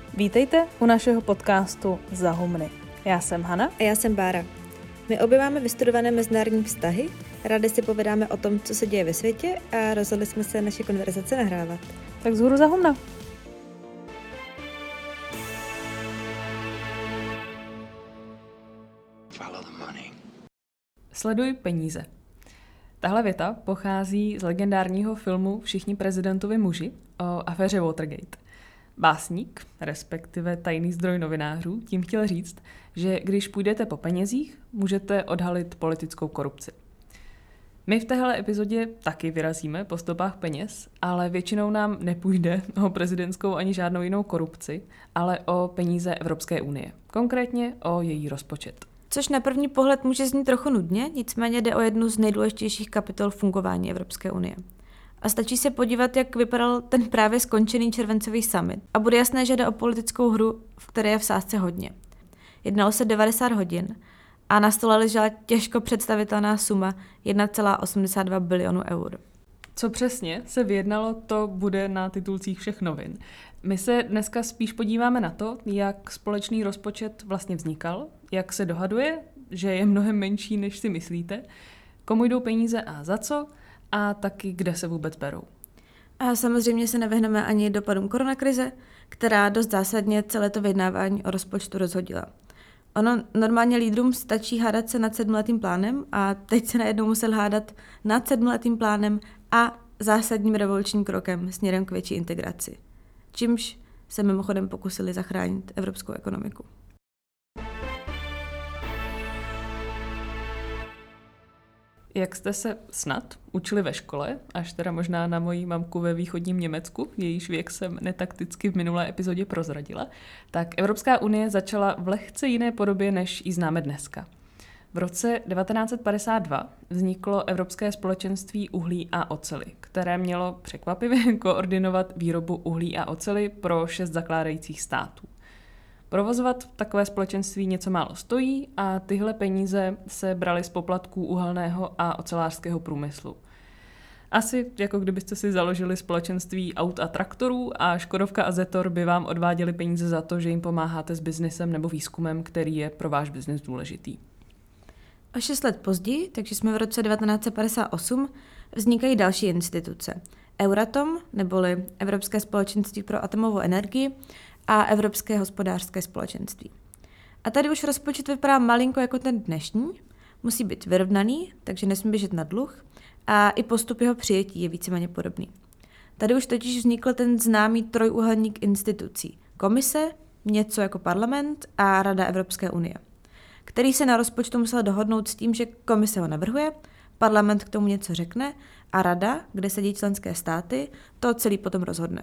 Vítejte u našeho podcastu Za humny. Já jsem Hana. A já jsem Bára. My obě máme vystudované mezinárodní vztahy, rádi si povídáme o tom, co se děje ve světě a rozhodli jsme se naše konverzace nahrávat. Tak vzhůru za humna. Sleduj peníze. Tahle věta pochází z legendárního filmu Všichni prezidentovi muži o aféře Watergate. Básník, respektive tajný zdroj novinářů, tím chtěl říct, že když půjdete po penězích, můžete odhalit politickou korupci. My v téhle epizodě taky vyrazíme po stopách peněz, ale většinou nám nepůjde o prezidentskou ani žádnou jinou korupci, ale o peníze Evropské unie. Konkrétně o její rozpočet. Což na první pohled může znít trochu nudně, nicméně jde o jednu z nejdůležitějších kapitol fungování Evropské unie. A stačí se podívat, jak vypadal ten právě skončený červencový summit. A bude jasné, že jde o politickou hru, v které je v sázce hodně. Jednalo se 90 hodin a na stole ležela těžko představitelná suma 1,82 bilionu eur. Co přesně se vyjednalo, to bude na titulcích všech novin. My se dneska spíš podíváme na to, jak společný rozpočet vlastně vznikal, jak se dohaduje, že je mnohem menší, než si myslíte, komu jdou peníze a za co, a taky kde se vůbec berou. A samozřejmě se nevyhneme ani dopadům koronakrize, která dost zásadně celé to vyjednávání o rozpočtu rozhodila. Ono normálně lídrům stačí hádat se nad 7letým plánem a teď se najednou musel hádat nad 7letým plánem a zásadním revolučním krokem směrem k větší integraci. Čímž se mimochodem pokusili zachránit evropskou ekonomiku. Jak jste se snad učili ve škole, až teda možná na moji mamku ve východním Německu, jejíž věk jsem netakticky v minulé epizodě prozradila, tak Evropská unie začala v lehce jiné podobě, než ji známe dneska. V roce 1952 vzniklo Evropské společenství uhlí a oceli, které mělo překvapivě koordinovat výrobu uhlí a oceli pro 6 zakládajících států. Provozovat takové společenství něco málo stojí a tyhle peníze se braly z poplatků uhelného a ocelářského průmyslu. Asi jako kdybyste si založili společenství aut a traktorů a Škodovka a Zetor by vám odváděli peníze za to, že jim pomáháte s biznesem nebo výzkumem, který je pro váš biznes důležitý. O 6 let později, takže jsme v roce 1958, vznikají další instituce. Euratom, neboli Evropské společenství pro atomovou energii, a Evropské hospodářské společenství. A tady už rozpočet vypadá malinko jako ten dnešní, musí být vyrovnaný, takže nesmí běžet na dluh a i postup jeho přijetí je víceméně podobný. Tady už totiž vznikl ten známý trojúhelník institucí. Komise, něco jako parlament a Rada Evropské unie, který se na rozpočtu musel dohodnout s tím, že komise ho navrhuje, parlament k tomu něco řekne a rada, kde sedí členské státy, to celý potom rozhodne.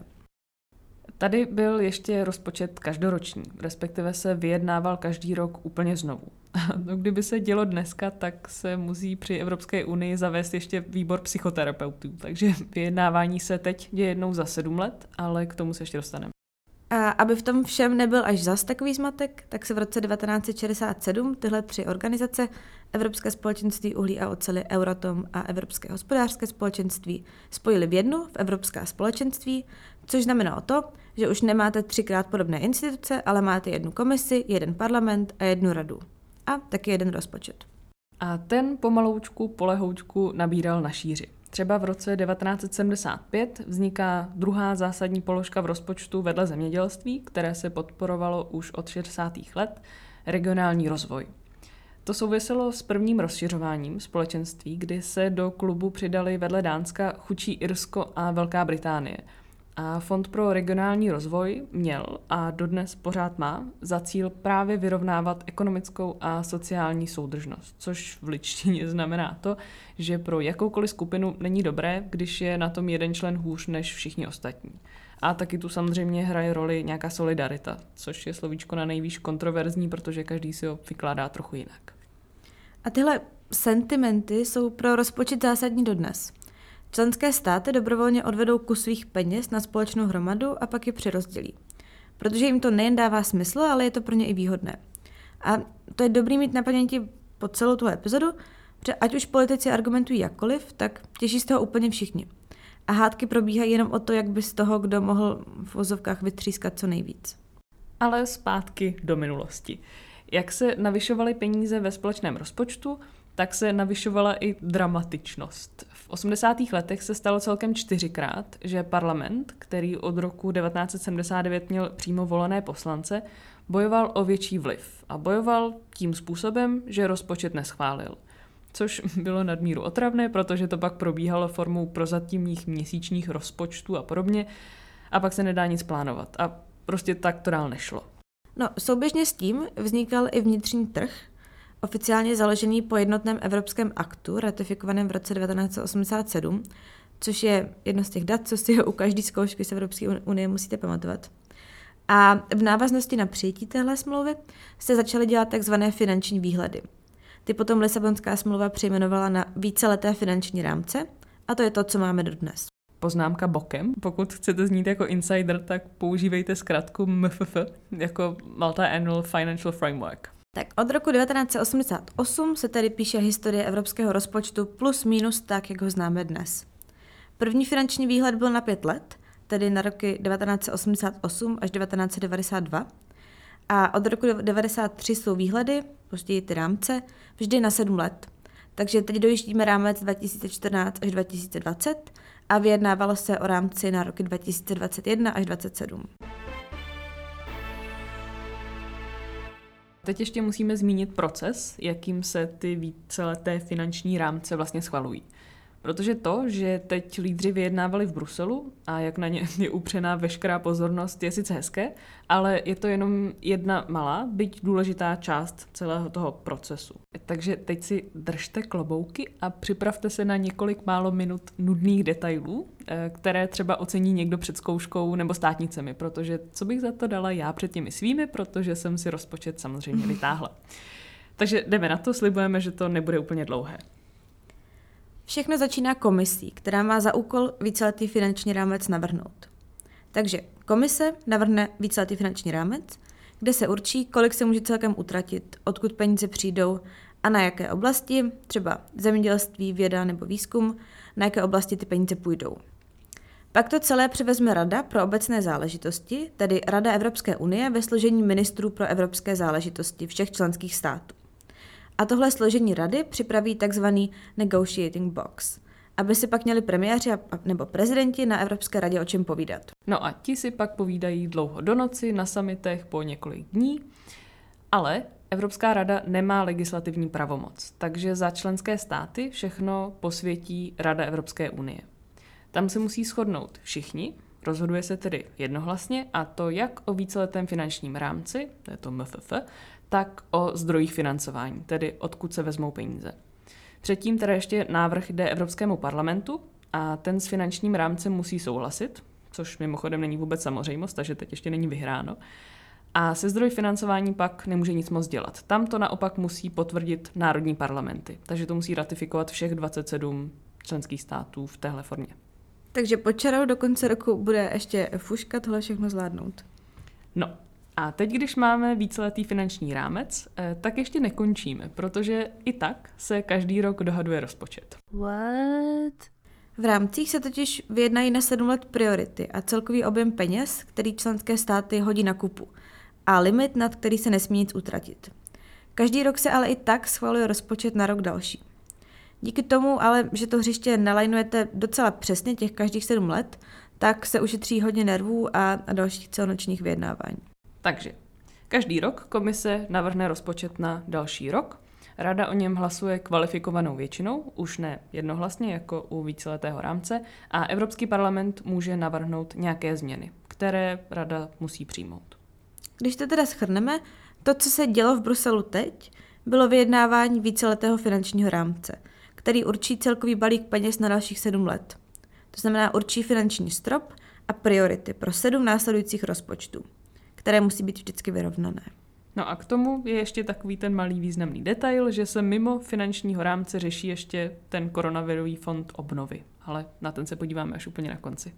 Tady byl ještě rozpočet každoroční, respektive se vyjednával každý rok úplně znovu. No, kdyby se dělo dneska, tak se musí při Evropské unii zavést ještě výbor psychoterapeutů, takže vyjednávání se teď děje jednou za 7 let, ale k tomu se ještě dostaneme. A aby v tom všem nebyl až zas takový zmatek, tak se v roce 1967 tyhle 3 organizace, Evropské společenství uhlí a oceli, Euratom a Evropské hospodářské společenství, spojily v jednu, v Evropská společenství, což znamenalo to, že už nemáte 3krát podobné instituce, ale máte jednu komisi, jeden parlament a jednu radu. A taky jeden rozpočet. A ten pomaloučku, polehoučku nabíral na šíři. Třeba v roce 1975 vzniká druhá zásadní položka v rozpočtu vedle zemědělství, které se podporovalo už od 60. let, regionální rozvoj. To souviselo s prvním rozšiřováním společenství, kdy se do klubu přidali vedle Dánska chudší Irsko a Velká Británie. A Fond pro regionální rozvoj měl a dodnes pořád má za cíl právě vyrovnávat ekonomickou a sociální soudržnost, což v lidštině znamená to, že pro jakoukoliv skupinu není dobré, když je na tom jeden člen hůř než všichni ostatní. A taky tu samozřejmě hraje roli nějaká solidarita, což je slovíčko na nejvýš kontroverzní, protože každý si ho vykládá trochu jinak. A tyhle sentimenty jsou pro rozpočet zásadní dodnes. Členské státy dobrovolně odvedou kus svých peněz na společnou hromadu a pak je přerozdělí. Protože jim to nejen dává smysl, ale je to pro ně i výhodné. A to je dobrý mít na paměti po celou tu epizodu, protože ať už politici argumentují jakkoliv, tak těší z toho úplně všichni. A hádky probíhají jenom o to, jak by z toho kdo mohl v vozovkách vytřískat co nejvíc. Ale zpátky do minulosti. Jak se navyšovaly peníze ve společném rozpočtu, tak se navyšovala i dramatičnost. V 80. letech se stalo celkem 4krát, že parlament, který od roku 1979 měl přímo volené poslance, bojoval o větší vliv. A bojoval tím způsobem, že rozpočet neschválil. Což bylo nadmíru otravné, protože to pak probíhalo formou prozatímních měsíčních rozpočtů a podobně, a pak se nedá nic plánovat. A prostě tak to dál nešlo. No, souběžně s tím vznikal i vnitřní trh, oficiálně založený po jednotném evropském aktu, ratifikovaném v roce 1987, což je jedno z těch dat, co si u každé zkoušky z Evropské unie musíte pamatovat. A v návaznosti na přijetí téhle smlouvy se začaly dělat takzvané finanční výhledy. Ty potom Lisabonská smlouva přejmenovala na víceleté finanční rámce a to je to, co máme dodnes. Poznámka bokem. Pokud chcete znít jako insider, tak používejte zkratku MFF, jako Malta Annual Financial Framework. Tak od roku 1988 se tedy píše historie evropského rozpočtu plus minus tak, jak ho známe dnes. První finanční výhled byl na 5 let, tedy na roky 1988 až 1992. A od roku 1993 jsou výhledy, později ty rámce, vždy na 7 let. Takže teď dojíždíme rámec 2014 až 2020 a vyjednávalo se o rámci na roky 2021 až 2027. Teď ještě musíme zmínit proces, jakým se ty víceleté finanční rámce vlastně schvalují. Protože to, že teď lídři vyjednávali v Bruselu a jak na ně je upřená veškerá pozornost, je sice hezké, ale je to jenom jedna malá, byť důležitá část celého toho procesu. Takže teď si držte klobouky a připravte se na několik málo minut nudných detailů, které třeba ocení někdo před zkouškou nebo státnicemi, protože co bych za to dala já před těmi svými, protože jsem si rozpočet samozřejmě vytáhla. Takže jdeme na to, slibujeme, že to nebude úplně dlouhé. Všechno začíná komisí, která má za úkol víceletý finanční rámec navrhnout. Takže komise navrhne víceletý finanční rámec, kde se určí, kolik se může celkem utratit, odkud peníze přijdou a na jaké oblasti, třeba zemědělství, věda nebo výzkum, na jaké oblasti ty peníze půjdou. Pak to celé převezme Rada pro obecné záležitosti, tedy Rada Evropské unie ve složení ministrů pro evropské záležitosti všech členských států. A tohle složení rady připraví takzvaný negotiating box, aby si pak měli premiéři nebo prezidenti na Evropské radě o čem povídat. No a ti si pak povídají dlouho do noci, na summitech po několik dní, ale Evropská rada nemá legislativní pravomoc, takže za členské státy všechno posvětí Rada Evropské unie. Tam se musí shodnout všichni, rozhoduje se tedy jednohlasně, a to jak o víceletém finančním rámci, to je to MFF, tak o zdrojích financování, tedy odkud se vezmou peníze. Předtím teda ještě návrh jde Evropskému parlamentu a ten s finančním rámcem musí souhlasit, což mimochodem není vůbec samozřejmost, takže teď ještě není vyhráno. A se zdroji financování pak nemůže nic moc dělat. Tam to naopak musí potvrdit národní parlamenty, takže to musí ratifikovat všech 27 členských států v téhle formě. Takže pod čarou do konce roku bude ještě fuška tohle všechno zvládnout. No, a teď, když máme víceletý finanční rámec, tak ještě nekončíme, protože i tak se každý rok dohaduje rozpočet. What? V rámcích se totiž vyjednají na 7 let priority a celkový objem peněz, který členské státy hodí na kupu, a limit, nad který se nesmí nic utratit. Každý rok se ale i tak schvaluje rozpočet na rok další. Díky tomu ale, že to hřiště nalajnujete docela přesně těch každých 7 let, tak se ušetří hodně nervů a dalších celonočních vyjednávání. Takže každý rok komise navrhne rozpočet na další rok, Rada o něm hlasuje kvalifikovanou většinou, už ne jednohlasně jako u víceletého rámce, a Evropský parlament může navrhnout nějaké změny, které Rada musí přijmout. Když to teda shrneme, to, co se dělo v Bruselu teď, bylo vyjednávání víceletého finančního rámce, který určí celkový balík peněz na dalších 7 let. To znamená určí finanční strop a priority pro 7 následujících rozpočtů, které musí být vždycky vyrovnané. No a k tomu je ještě takový ten malý významný detail, že se mimo finančního rámce řeší ještě ten koronavirový fond obnovy, ale na ten se podíváme až úplně na konci.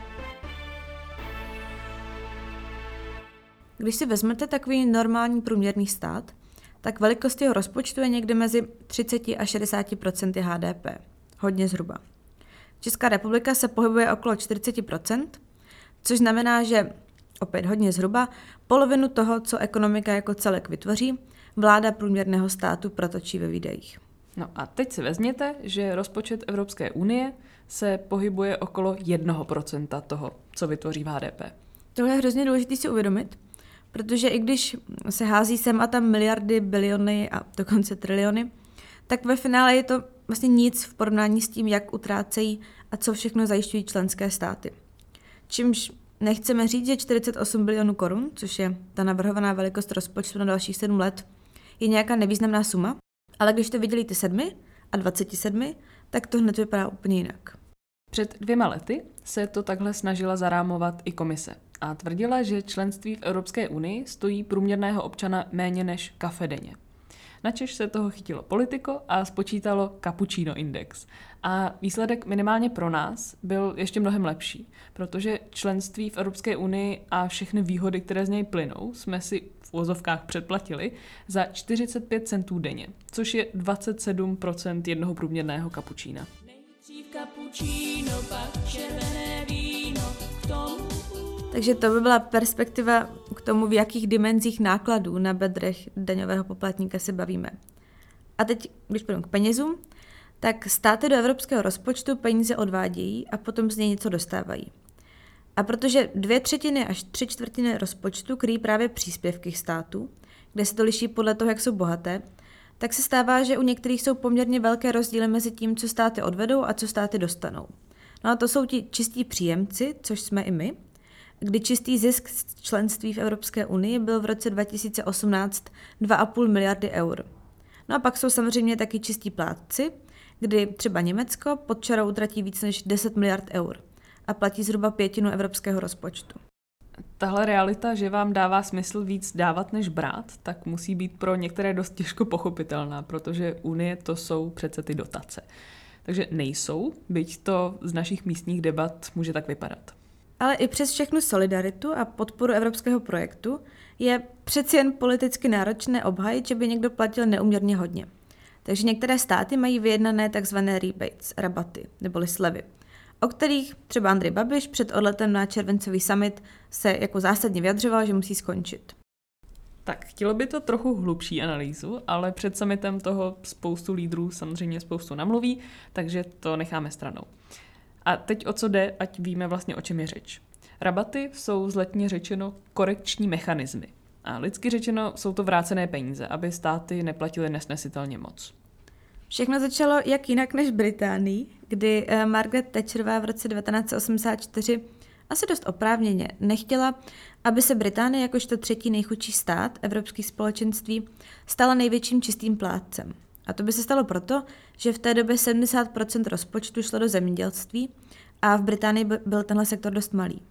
Když si vezmete takový normální průměrný stát, tak velikost jeho rozpočtu je někde mezi 30 a 60% HDP. Hodně zhruba. Česká republika se pohybuje okolo 40%, což znamená, že opět hodně zhruba, polovinu toho, co ekonomika jako celek vytvoří, vláda průměrného státu protočí ve výdajích. No a teď si vezměte, že rozpočet Evropské unie se pohybuje okolo 1% toho, co vytvoří v HDP. Tohle je hrozně důležité si uvědomit, protože i když se hází sem a tam miliardy, biliony a dokonce triliony, tak ve finále je to vlastně nic v porovnání s tím, jak utrácejí a co všechno zajišťují členské státy. Čímž nechceme říct, že 48 bilionů korun, což je ta navrhovaná velikost rozpočtu na dalších 7 let, je nějaká nevýznamná suma, ale když to vydělíte 7 a 27, tak to hned vypadá úplně jinak. Před 2 lety se to takhle snažila zarámovat i komise a tvrdila, že členství v Evropské unii stojí průměrného občana méně než kafe denně. Načež se toho chytilo Politico a spočítalo Cappuccino Index. A výsledek minimálně pro nás byl ještě mnohem lepší, protože členství v Evropské unii a všechny výhody, které z něj plynou, jsme si v uvozovkách předplatili za 45 centů denně, což je 27% jednoho průměrného kapučína. Nejdřív cappuccino, pak červené víno, k tomu. Takže to by byla perspektiva k tomu, v jakých dimenzích nákladů na bedrech daňového poplatníka se bavíme. A teď, když půjdeme k penězům, tak státy do evropského rozpočtu peníze odvádějí a potom z něj něco dostávají. A protože 2/3 až 3/4 rozpočtu kryjí právě příspěvky států, kde se to liší podle toho, jak jsou bohaté, tak se stává, že u některých jsou poměrně velké rozdíly mezi tím, co státy odvedou a co státy dostanou. No a to jsou ti čistí příjemci, což jsme i my, kdy čistý zisk z členství v Evropské unii byl v roce 2018 2,5 miliardy eur. No a pak jsou samozřejmě taky čistí plátci, kdy třeba Německo pod čarou utratí víc než 10 miliard eur a platí zhruba 1/5 evropského rozpočtu. Tahle realita, že vám dává smysl víc dávat než brát, tak musí být pro některé dost těžko pochopitelná, protože Unie to jsou přece ty dotace. Takže nejsou, byť to z našich místních debat může tak vypadat. Ale i přes všechnu solidaritu a podporu evropského projektu je přeci jen politicky náročné obhajit, že by někdo platil neúměrně hodně. Takže některé státy mají vyjednané tzv. Rebates, rabaty, neboli slevy, o kterých třeba Andrej Babiš před odletem na červencový summit se jako zásadně vyjadřoval, že musí skončit. Tak, chtělo by to trochu hlubší analýzu, ale před summitem toho spoustu lídrů samozřejmě spoustu namluví, takže to necháme stranou. A teď o co jde, ať víme vlastně, o čem je řeč. Rabaty jsou zletně řečeno korekční mechanismy. A lidsky řečeno jsou to vrácené peníze, aby státy neplatily nesnesitelně moc. Všechno začalo jak jinak než v Británii, kdy Margaret Thatcherová v roce 1984 asi dost oprávněně nechtěla, aby se Británie jakožto 3. nejchudší stát evropských společenství stala největším čistým plátcem. A to by se stalo proto, že v té době 70% rozpočtu šlo do zemědělství a v Británii byl tenhle sektor dost malý.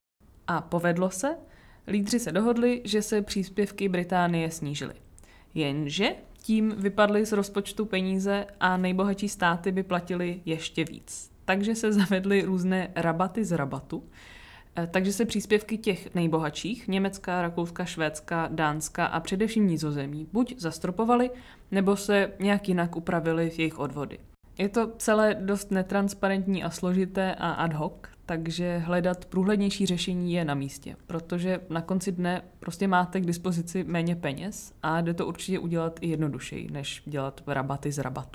A povedlo se? Lídři se dohodli, že se příspěvky Británie snížily. Jenže tím vypadly z rozpočtu peníze a nejbohatší státy by platily ještě víc. Takže se zavedly různé rabaty z rabatu. Takže se příspěvky těch nejbohatších, Německa, Rakouska, Švédska, Dánska a především Nizozemí, buď zastropovaly, nebo se nějak jinak upravily v jejich odvody. Je to celé dost netransparentní a složité a ad hoc, takže hledat průhlednější řešení je na místě, protože na konci dne prostě máte k dispozici méně peněz a jde to určitě udělat i jednodušeji, než dělat rabaty z rabatu.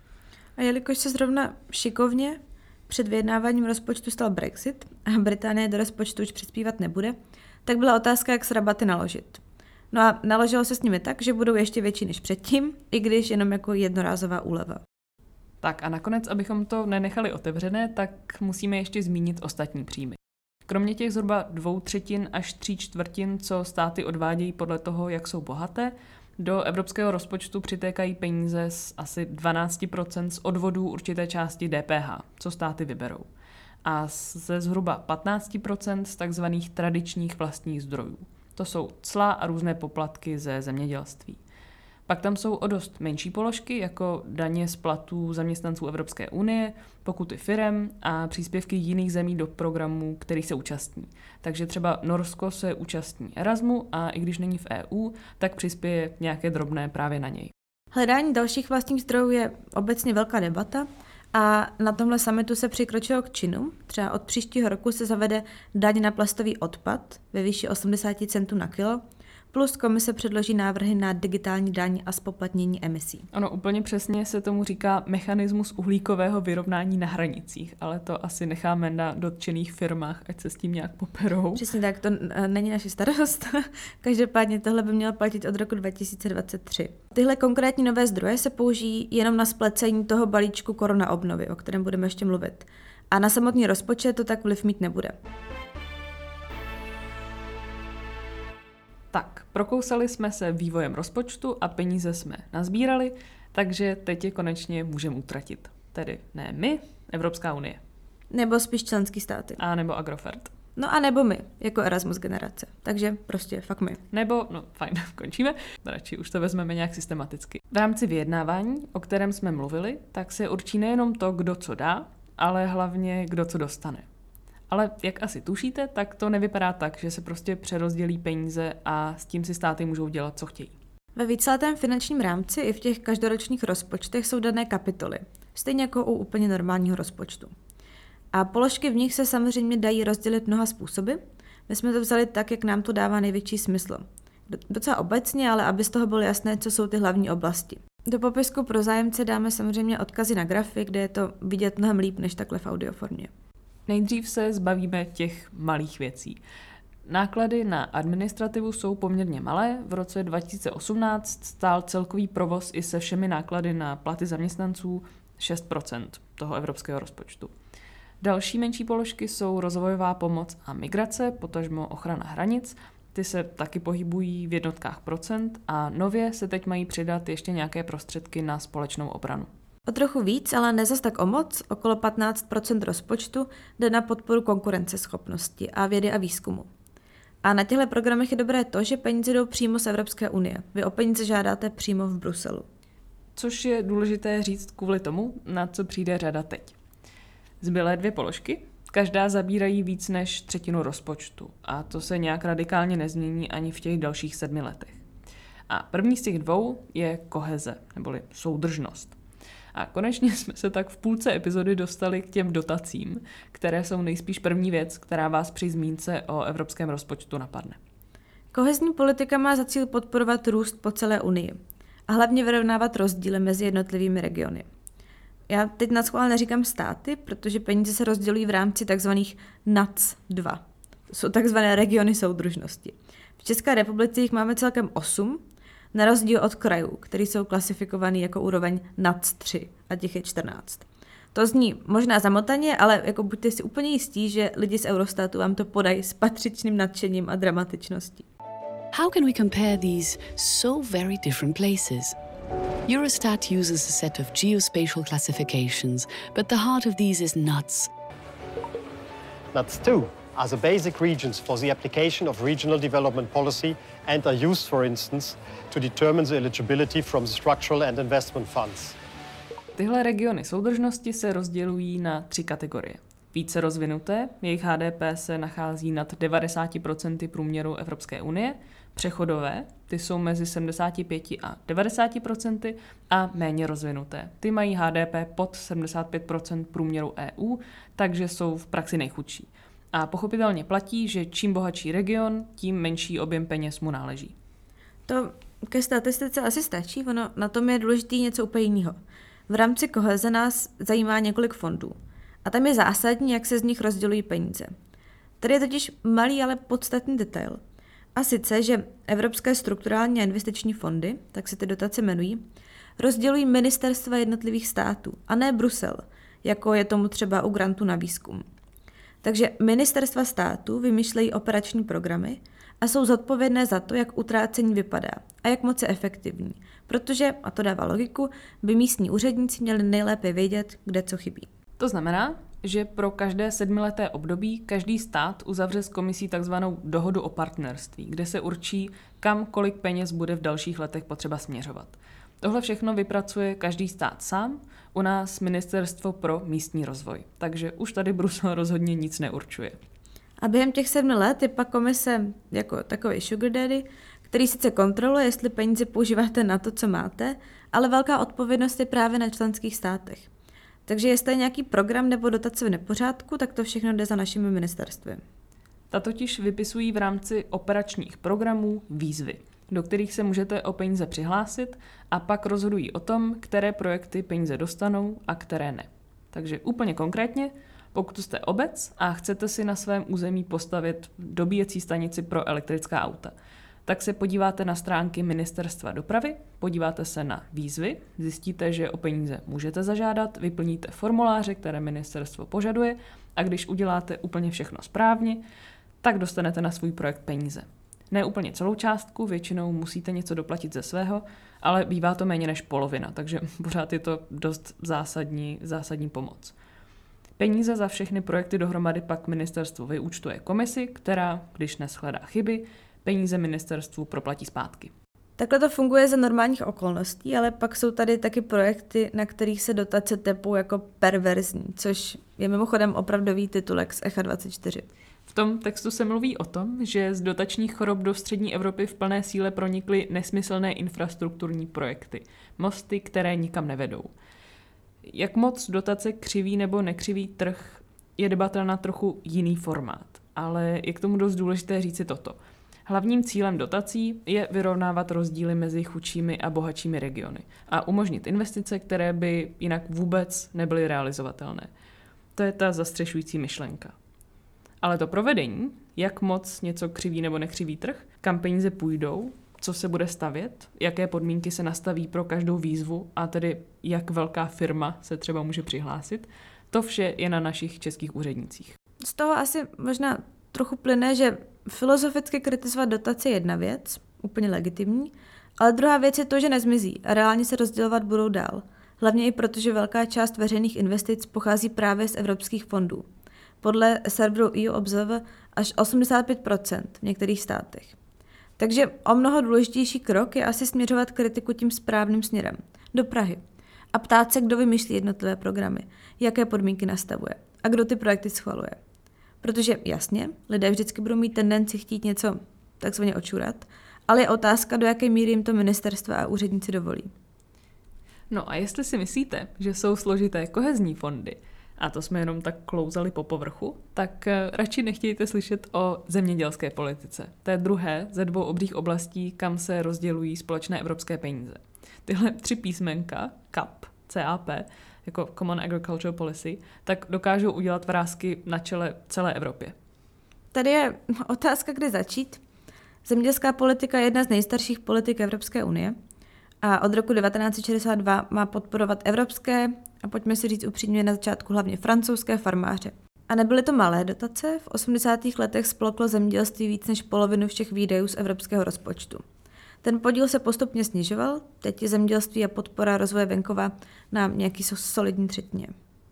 A jelikož se zrovna šikovně před vyjednáváním rozpočtu stal Brexit a Británie do rozpočtu už přispívat nebude, tak byla otázka, jak s rabaty naložit. No a naložilo se s nimi tak, že budou ještě větší než předtím, i když jenom jako jednorázová úleva. Tak a nakonec, abychom to nenechali otevřené, tak musíme ještě zmínit ostatní příjmy. Kromě těch zhruba 2/3 až 3/4, co státy odvádějí podle toho, jak jsou bohaté, do evropského rozpočtu přitékají peníze z asi 12% z odvodů určité části DPH, co státy vyberou. A ze zhruba 15% z takzvaných tradičních vlastních zdrojů. To jsou cla a různé poplatky ze zemědělství. Pak tam jsou o dost menší položky, jako daně z platů zaměstnanců Evropské unie, pokuty firem a příspěvky jiných zemí do programů, kterých se účastní. Takže třeba Norsko se účastní Erasmu a i když není v EU, tak přispěje nějaké drobné právě na něj. Hledání dalších vlastních zdrojů je obecně velká debata A na tomhle summitu se přikročilo k činu. Třeba od příštího roku se zavede daň na plastový odpad ve výši 80 centů na kilo, plus komise předloží návrhy na digitální daň a zpoplatnění emisí. Ono úplně přesně se tomu říká mechanismus uhlíkového vyrovnání na hranicích, ale to asi necháme na dotčených firmách, ať se s tím nějak poperou. Přesně tak, to není naše starost. Každopádně tohle by mělo platit od roku 2023. Tyhle konkrétní nové zdroje se použijí jenom na splecení toho balíčku korona obnovy, o kterém budeme ještě mluvit. A na samotný rozpočet to tak vliv mít nebude. Tak, prokousali jsme se vývojem rozpočtu a peníze jsme nazbírali, takže teď je konečně můžeme utratit. Tedy ne my, Evropská unie. Nebo spíš členský státy. A nebo Agrofert. No a nebo my, jako Erasmus generace. Takže prostě fakt my. Nebo, no fajn, končíme. Radši už to vezmeme nějak systematicky. V rámci vyjednávání, o kterém jsme mluvili, tak se určí nejenom to, kdo co dá, ale hlavně kdo co dostane. Ale jak asi tušíte, tak to nevypadá tak, že se prostě přerozdělí peníze a s tím si státy můžou dělat, co chtějí. Ve víceletém finančním rámci i v těch každoročních rozpočtech jsou dané kapitoly, stejně jako u úplně normálního rozpočtu. A položky v nich se samozřejmě dají rozdělit mnoha způsoby. My jsme to vzali tak, jak nám to dává největší smysl. Docela obecně, ale aby z toho bylo jasné, co jsou ty hlavní oblasti. Do popisku pro zájemce dáme samozřejmě odkazy na grafy, kde je to vidět mnohem líp než takhle v audioformě. Nejdřív se zbavíme těch malých věcí. Náklady na administrativu jsou poměrně malé. V roce 2018 stál celkový provoz i se všemi náklady na platy zaměstnanců 6% toho evropského rozpočtu. Další menší položky jsou rozvojová pomoc a migrace, potažmo ochrana hranic. Ty se taky pohybují v jednotkách procent a nově se teď mají přidat ještě nějaké prostředky na společnou obranu. O trochu víc, ale ne zas tak o moc, okolo 15% rozpočtu jde na podporu konkurenceschopnosti a vědy a výzkumu. A na těchto programech je dobré to, že peníze jdou přímo z Evropské unie. Vy o peníze žádáte přímo v Bruselu. Což je důležité říct kvůli tomu, na co přijde řada teď. Zbylé 2 položky, každá zabírají víc než 1/3 rozpočtu a to se nějak radikálně nezmění ani v těch dalších 7 letech. A první z těch 2 je koheze, neboli soudržnost. A konečně jsme se tak v půlce epizody dostali k těm dotacím, které jsou nejspíš první věc, která vás při zmínce o evropském rozpočtu napadne. Kohezní politika má za cíl podporovat růst po celé Unii a hlavně vyrovnávat rozdíly mezi jednotlivými regiony. Já teď naschvál neříkám státy, protože peníze se rozdělují v rámci tzv. NUTS 2. To jsou tzv. Regiony soudržnosti. V České republice jich máme celkem 8, na rozdíl od krajů, které jsou klasifikovaný jako úroveň NUTS 3 a těch je 14. To zní možná zamotaně, ale jako buďte si úplně jistí, že lidi z Eurostatu vám to podají s patřičným nadšením a dramatičností. How can we compare these so very different places? Eurostat uses a set of geospatial classifications, but the heart of these is NUTS. NUTS 2 are the basic regions for the application of regional development policy and are used, for instance, to determine the eligibility from the structural and investment funds. Tyhle regiony soudržnosti se rozdělují na 3 kategorie. Více rozvinuté, jejich HDP se nachází nad 90% průměru Evropské unie, přechodové, ty jsou mezi 75 a 90% a méně rozvinuté. Ty mají HDP pod 75% průměru EU, takže jsou v praxi nejchudší. A pochopitelně platí, že čím bohatší region, tím menší objem peněz mu náleží. To ke statistice asi stačí, ono na tom je důležitý něco úplně jiného. V rámci koheze nás zajímá několik fondů. A tam je zásadní, jak se z nich rozdělují peníze. Tady je totiž malý, ale podstatný detail. A sice, že Evropské strukturální a investiční fondy, tak se ty dotace jmenují, rozdělují ministerstva jednotlivých států, a ne Brusel, jako je tomu třeba u grantu na výzkum. Takže ministerstva států vymýšlejí operační programy a jsou zodpovědné za to, jak utrácení vypadá a jak moc je efektivní, protože, a to dává logiku, by místní úředníci měli nejlépe vědět, kde co chybí. To znamená, že pro každé 7leté období každý stát uzavře s komisí takzvanou dohodu o partnerství, kde se určí, kam kolik peněz bude v dalších letech potřeba směřovat. Tohle všechno vypracuje každý stát sám, u nás Ministerstvo pro místní rozvoj, takže už tady Brusel rozhodně nic neurčuje. A během těch 7 let je pak komise jako takový sugar daddy, který sice kontroluje, jestli peníze používáte na to, co máte, ale velká odpovědnost je právě na členských státech. Takže jestli je nějaký program nebo dotace v nepořádku, tak to všechno jde za našimi ministerstvy. Ta totiž vypisují v rámci operačních programů výzvy, do kterých se můžete o peníze přihlásit a pak rozhodují o tom, které projekty peníze dostanou a které ne. Takže úplně konkrétně, pokud jste obec a chcete si na svém území postavit dobíjecí stanici pro elektrická auta, tak se podíváte na stránky Ministerstva dopravy, podíváte se na výzvy, zjistíte, že o peníze můžete zažádat, vyplníte formuláře, které ministerstvo požaduje a když uděláte úplně všechno správně, tak dostanete na svůj projekt peníze. Ne úplně celou částku, většinou musíte něco doplatit ze svého, ale bývá to méně než polovina, takže pořád je to dost zásadní pomoc. Peníze za všechny projekty dohromady pak ministerstvo vyúčtuje komisi, která, když neshledá chyby, peníze ministerstvu proplatí zpátky. Takhle to funguje za normálních okolností, ale pak jsou tady taky projekty, na kterých se dotace tepou jako perverzní, což je mimochodem opravdový titulek z Echa 24. V tom textu se mluví o tom, že z dotačních chorob do střední Evropy v plné síle pronikly nesmyslné infrastrukturní projekty, mosty, které nikam nevedou. Jak moc dotace křiví nebo nekřiví trh, je debata na trochu jiný formát, ale je k tomu dost důležité říci toto. Hlavním cílem dotací je vyrovnávat rozdíly mezi chudšími a bohatšími regiony a umožnit investice, které by jinak vůbec nebyly realizovatelné. To je ta zastřešující myšlenka. Ale to provedení, jak moc něco křiví nebo nekřiví trh, kam peníze půjdou, co se bude stavět, jaké podmínky se nastaví pro každou výzvu a tedy jak velká firma se třeba může přihlásit, to vše je na našich českých úřednicích. Z toho asi možná trochu plyne, že filozoficky kritizovat dotace je jedna věc, úplně legitimní, ale druhá věc je to, že nezmizí a reálně se rozdělovat budou dál. Hlavně i proto, že velká část veřejných investic pochází právě z evropských fondů. Podle serveru EU Observer až 85% v některých státech. Takže o mnoho důležitější krok je asi směřovat kritiku tím správným směrem, do Prahy. A ptát se, kdo vymýšlí jednotlivé programy, jaké podmínky nastavuje a kdo ty projekty schvaluje. Protože jasně, lidé vždycky budou mít tendenci chtít něco takzvaně očurat, ale je otázka, do jaké míry jim to ministerstva a úředníci dovolí. No a jestli si myslíte, že jsou složité kohezní fondy, a to jsme jenom tak klouzali po povrchu, tak radši nechtějte slyšet o zemědělské politice. To je druhé ze dvou obřích oblastí, kam se rozdělují společné evropské peníze. Tyhle 3 písmenka, CAP, jako Common Agricultural Policy, tak dokážou udělat vrásky na čele celé Evropě. Tady je otázka, kde začít. Zemědělská politika je jedna z nejstarších politik Evropské unie a od roku 1962 má podporovat evropské a pojďme si říct upřímně na začátku hlavně francouzské farmáře. A nebyly to malé dotace, v 80. letech sploklo zemědělství víc než polovinu všech výdajů z evropského rozpočtu. Ten podíl se postupně snižoval, teď je zemědělství a podpora rozvoje venkova na nějaký solidní třetině.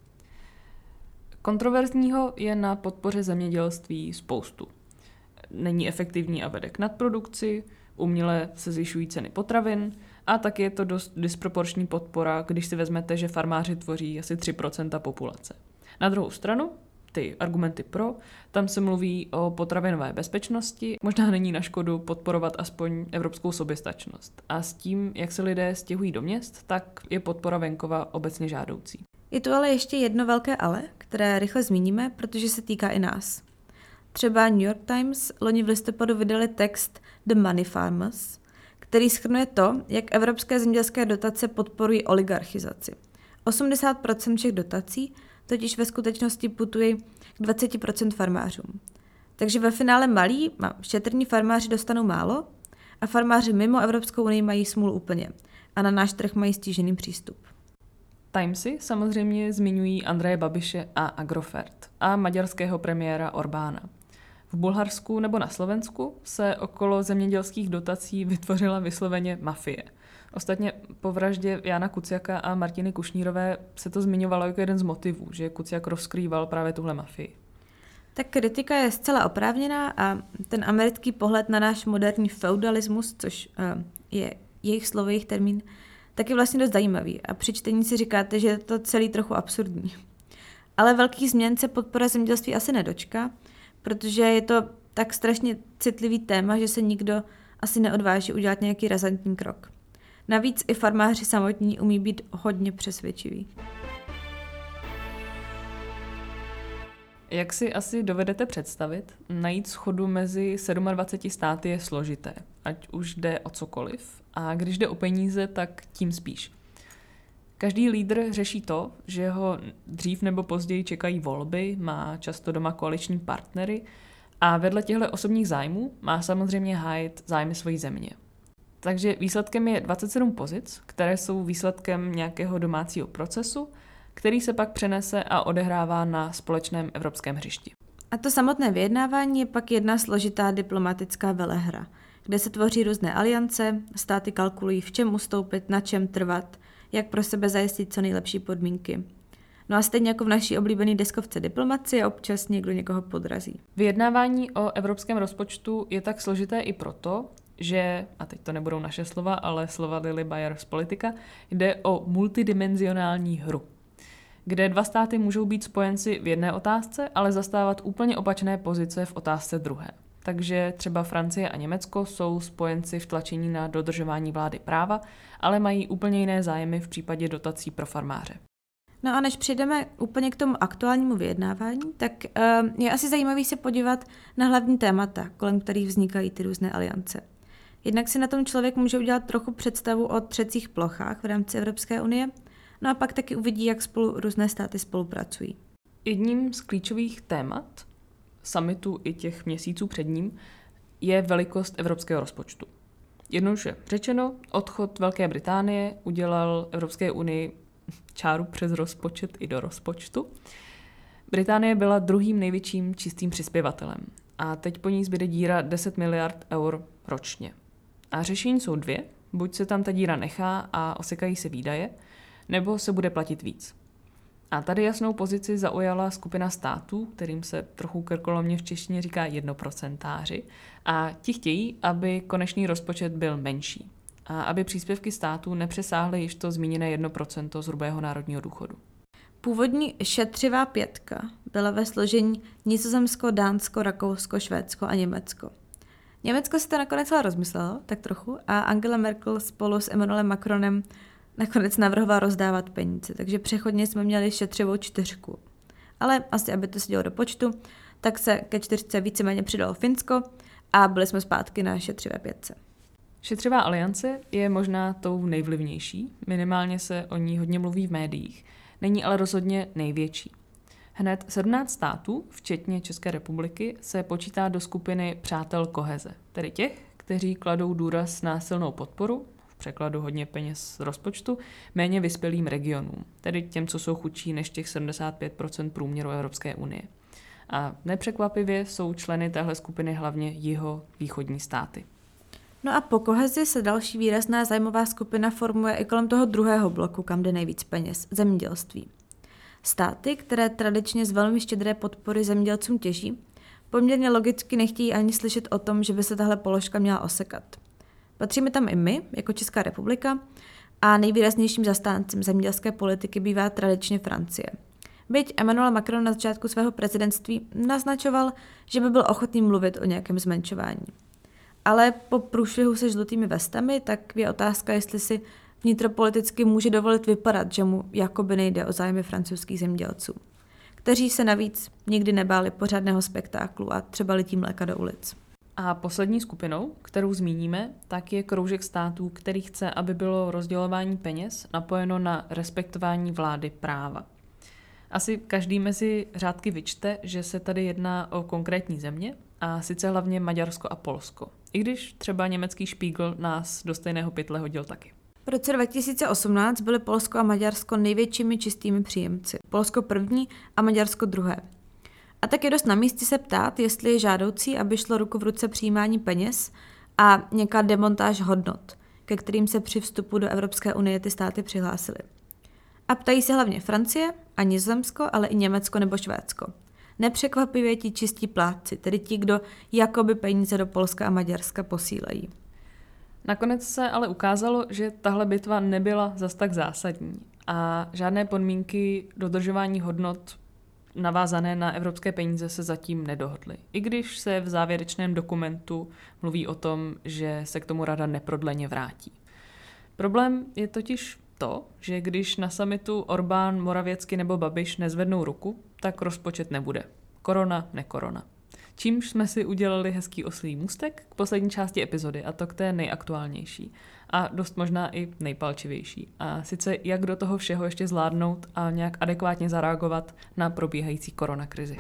Kontroverzního je na podpoře zemědělství spoustu. Není efektivní a vede k nadprodukci, uměle se zvyšují ceny potravin a taky je to dost disproporční podpora, když si vezmete, že farmáři tvoří asi 3% populace. Na druhou stranu, ty argumenty pro, tam se mluví o potravinové bezpečnosti, možná není na škodu podporovat aspoň evropskou soběstačnost. A s tím, jak se lidé stěhují do měst, tak je podpora venkova obecně žádoucí. Je tu ale ještě jedno velké ale, které rychle zmíníme, protože se týká i nás. Třeba New York Times loni v listopadu vydali text The Money Farmers, který shrnuje to, jak evropské zemědělské dotace podporují oligarchizaci. 80% všech dotací totiž ve skutečnosti putují k 20% farmářům. Takže ve finále malí, šetrní farmáři dostanou málo a farmáři mimo Evropskou unii mají smůlu úplně a na náš trh mají stížený přístup. Timesy samozřejmě zmiňují Andreje Babiše a Agrofert a maďarského premiéra Orbána. V Bulharsku nebo na Slovensku se okolo zemědělských dotací vytvořila vysloveně mafie. Ostatně po vraždě Jána Kuciaka a Martiny Kušnírové se to zmiňovalo jako jeden z motivů, že Kuciak rozkrýval právě tuhle mafii. Tak kritika je zcela oprávněná a ten americký pohled na náš moderní feudalismus, což je jejich slovo, jejich termín, tak je vlastně dost zajímavý a při čtení si říkáte, že je to celý trochu absurdní. Ale velkých změn se podpora zemědělství asi nedočká, protože je to tak strašně citlivý téma, že se nikdo asi neodváží udělat nějaký razantní krok. Navíc i farmáři samotní umí být hodně přesvědčiví. Jak si asi dovedete představit, najít shodu mezi 27 státy je složité, ať už jde o cokoliv, a když jde o peníze, tak tím spíš. Každý lídr řeší to, že ho dřív nebo později čekají volby, má často doma koaliční partnery a vedle těchto osobních zájmů má samozřejmě hájit zájmy své země. Takže výsledkem je 27 pozic, které jsou výsledkem nějakého domácího procesu, který se pak přenese a odehrává na společném evropském hřišti. A to samotné vyjednávání je pak jedna složitá diplomatická velehra, kde se tvoří různé aliance, státy kalkulují, v čem ustoupit, na čem trvat, jak pro sebe zajistit co nejlepší podmínky. No a stejně jako v naší oblíbené deskovce diplomacie občas někdo někoho podrazí. Vyjednávání o evropském rozpočtu je tak složité i proto, že, a teď to nebudou naše slova, ale slova Lily Bayer z Politika, jde o multidimenzionální hru, kde dva státy můžou být spojenci v jedné otázce, ale zastávat úplně opačné pozice v otázce druhé. Takže třeba Francie a Německo jsou spojenci v tlačení na dodržování vlády práva, ale mají úplně jiné zájmy v případě dotací pro farmáře. No a než přijdeme úplně k tomu aktuálnímu vyjednávání, tak je asi zajímavý se podívat na hlavní témata, kolem kterých vznikají ty různé aliance. Jednak si na tom člověk může udělat trochu představu o třecích plochách v rámci Evropské unie, no a pak taky uvidí, jak spolu různé státy spolupracují. Jedním z klíčových témat summitu i těch měsíců před ním je velikost evropského rozpočtu. Jednoduše řečeno, odchod Velké Británie udělal Evropské unii čáru přes rozpočet i do rozpočtu. Británie byla druhým největším čistým přispěvatelem a teď po ní zbyde díra 10 miliard eur ročně. A řešení jsou dvě, buď se tam ta díra nechá a osekají se výdaje, nebo se bude platit víc. A tady jasnou pozici zaujala skupina států, kterým se trochu krkolomně v češtině říká jednoprocentáři, a ti chtějí, aby konečný rozpočet byl menší a aby příspěvky států nepřesáhly již to zmíněné 1% z hrubého národního důchodu. Původní šetřivá pětka byla ve složení Nizozemsko, Dánsko, Rakousko, Švédsko a Německo. Německo si to nakonec rozmyslelo, tak trochu, a Angela Merkel spolu s Emmanuelem Macronem nakonec navrhovala rozdávat peníze, takže přechodně jsme měli šetřivou 4. Ale asi, aby to sedělo do počtu, tak se ke 4 víceméně přidalo Finsko a byli jsme zpátky na šetřivé 5. Šetřivá aliance je možná tou nejvlivnější, minimálně se o ní hodně mluví v médiích, není ale rozhodně největší. Hned 17 států, včetně České republiky, se počítá do skupiny přátel koheze, tedy těch, kteří kladou důraz na silnou podporu, v překladu hodně peněz z rozpočtu, méně vyspělým regionům, tedy těm, co jsou chudší než těch 75% průměru Evropské unie. A nepřekvapivě jsou členy téhle skupiny hlavně jihovýchodní státy. No a po kohezi se další výrazná zájmová skupina formuje i kolem toho druhého bloku, kam jde nejvíc peněz, zemědělství. Státy, které tradičně z velmi štědré podpory zemědělcům těží, poměrně logicky nechtějí ani slyšet o tom, že by se tahle položka měla osekat. Patříme tam i my, jako Česká republika, a nejvýraznějším zastáncem zemědělské politiky bývá tradičně Francie. Byť Emmanuel Macron na začátku svého prezidentství naznačoval, že by byl ochotný mluvit o nějakém zmenšování. Ale po průšvihu se žlutými vestami, tak je otázka, jestli si vnitropoliticky může dovolit vypadat, že mu jakoby nejde o zájmy francouzských zemědělců, kteří se navíc nikdy nebáli pořádného spektáklu a třeba lití mléka do ulic. A poslední skupinou, kterou zmíníme, tak je kroužek států, který chce, aby bylo rozdělování peněz napojeno na respektování vlády práva. Asi každý mezi řádky vyčte, že se tady jedná o konkrétní země, a sice hlavně Maďarsko a Polsko. I když třeba německý Spiegel nás do stejného pytle hodil taky. V roce 2018 byly Polsko a Maďarsko největšími čistými příjemci. Polsko první a Maďarsko druhé. A tak je dost na místě se ptát, jestli je žádoucí, aby šlo ruku v ruce přijímání peněz a nějaká demontáž hodnot, ke kterým se při vstupu do Evropské unie ty státy přihlásily. A ptají se hlavně Francie a Nizozemsko, ale i Německo nebo Švédsko. Nepřekvapivě ti čistí plátci, tedy ti, kdo jakoby peníze do Polska a Maďarska posílají. Nakonec se ale ukázalo, že tahle bitva nebyla zas tak zásadní a žádné podmínky dodržování hodnot navázané na evropské peníze se zatím nedohodly. I když se v závěrečném dokumentu mluví o tom, že se k tomu rada neprodleně vrátí. Problém je totiž to, že když na summitu Orbán, Morawiecki nebo Babiš nezvednou ruku, tak rozpočet nebude. korona, nekorona. Čímž jsme si udělali hezký oslý můstek k poslední části epizody, a to k té nejaktuálnější a dost možná i nejpalčivější. A sice jak do toho všeho ještě zvládnout a nějak adekvátně zareagovat na probíhající koronakrizi.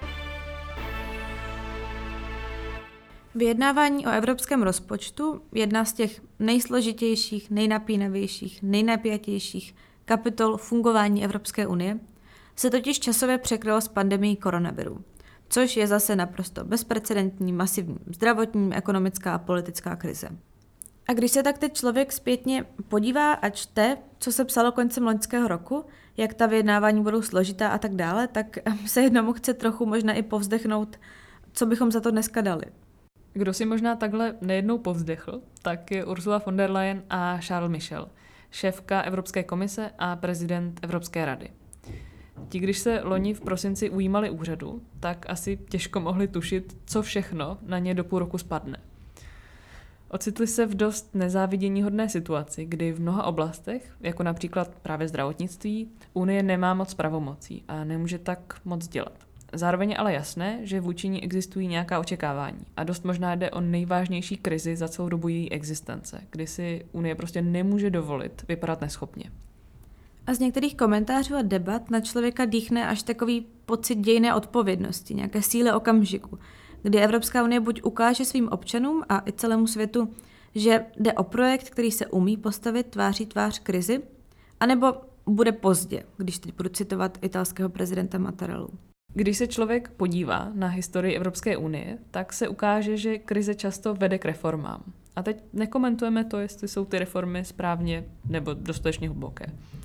Vyjednávání o evropském rozpočtu, jedna z těch nejsložitějších, nejnapínavějších, nejnapjatějších kapitol fungování Evropské unie, se totiž časově překrylo s pandemií koronaviru, což je zase naprosto bezprecedentní, masivní zdravotní, ekonomická a politická krize. A když se tak teď člověk zpětně podívá a čte, co se psalo koncem loňského roku, jak ta vyjednávání budou složitá a tak dále, tak se jednomu chce trochu možná i povzdechnout, co bychom za to dneska dali. Kdo si možná takhle nejednou povzdechl, tak je Ursula von der Leyen a Charles Michel, šéfka Evropské komise a prezident Evropské rady. Ti, když se loni v prosinci ujímali úřadu, tak asi těžko mohli tušit, co všechno na ně do půl roku spadne. Ocitli se v dost nezáviděníhodné situaci, kdy v mnoha oblastech, jako například právě zdravotnictví, Unie nemá moc pravomocí a nemůže tak moc dělat. Zároveň je ale jasné, že vůči ní existují nějaká očekávání a dost možná jde o nejvážnější krizi za celou dobu její existence, kdy si Unie prostě nemůže dovolit vypadat neschopně. A z některých komentářů a debat na člověka dýchne až takový pocit dějné odpovědnosti, nějaké síly okamžiku, kdy Evropská unie buď ukáže svým občanům a i celému světu, že jde o projekt, který se umí postavit tváří tvář krizi, anebo bude pozdě, když teď budu citovat italského prezidenta Mattarellu. Když se člověk podívá na historii Evropské unie, tak se ukáže, že krize často vede k reformám. A teď nekomentujeme to, jestli jsou ty reformy správně nebo dostatečně hluboké.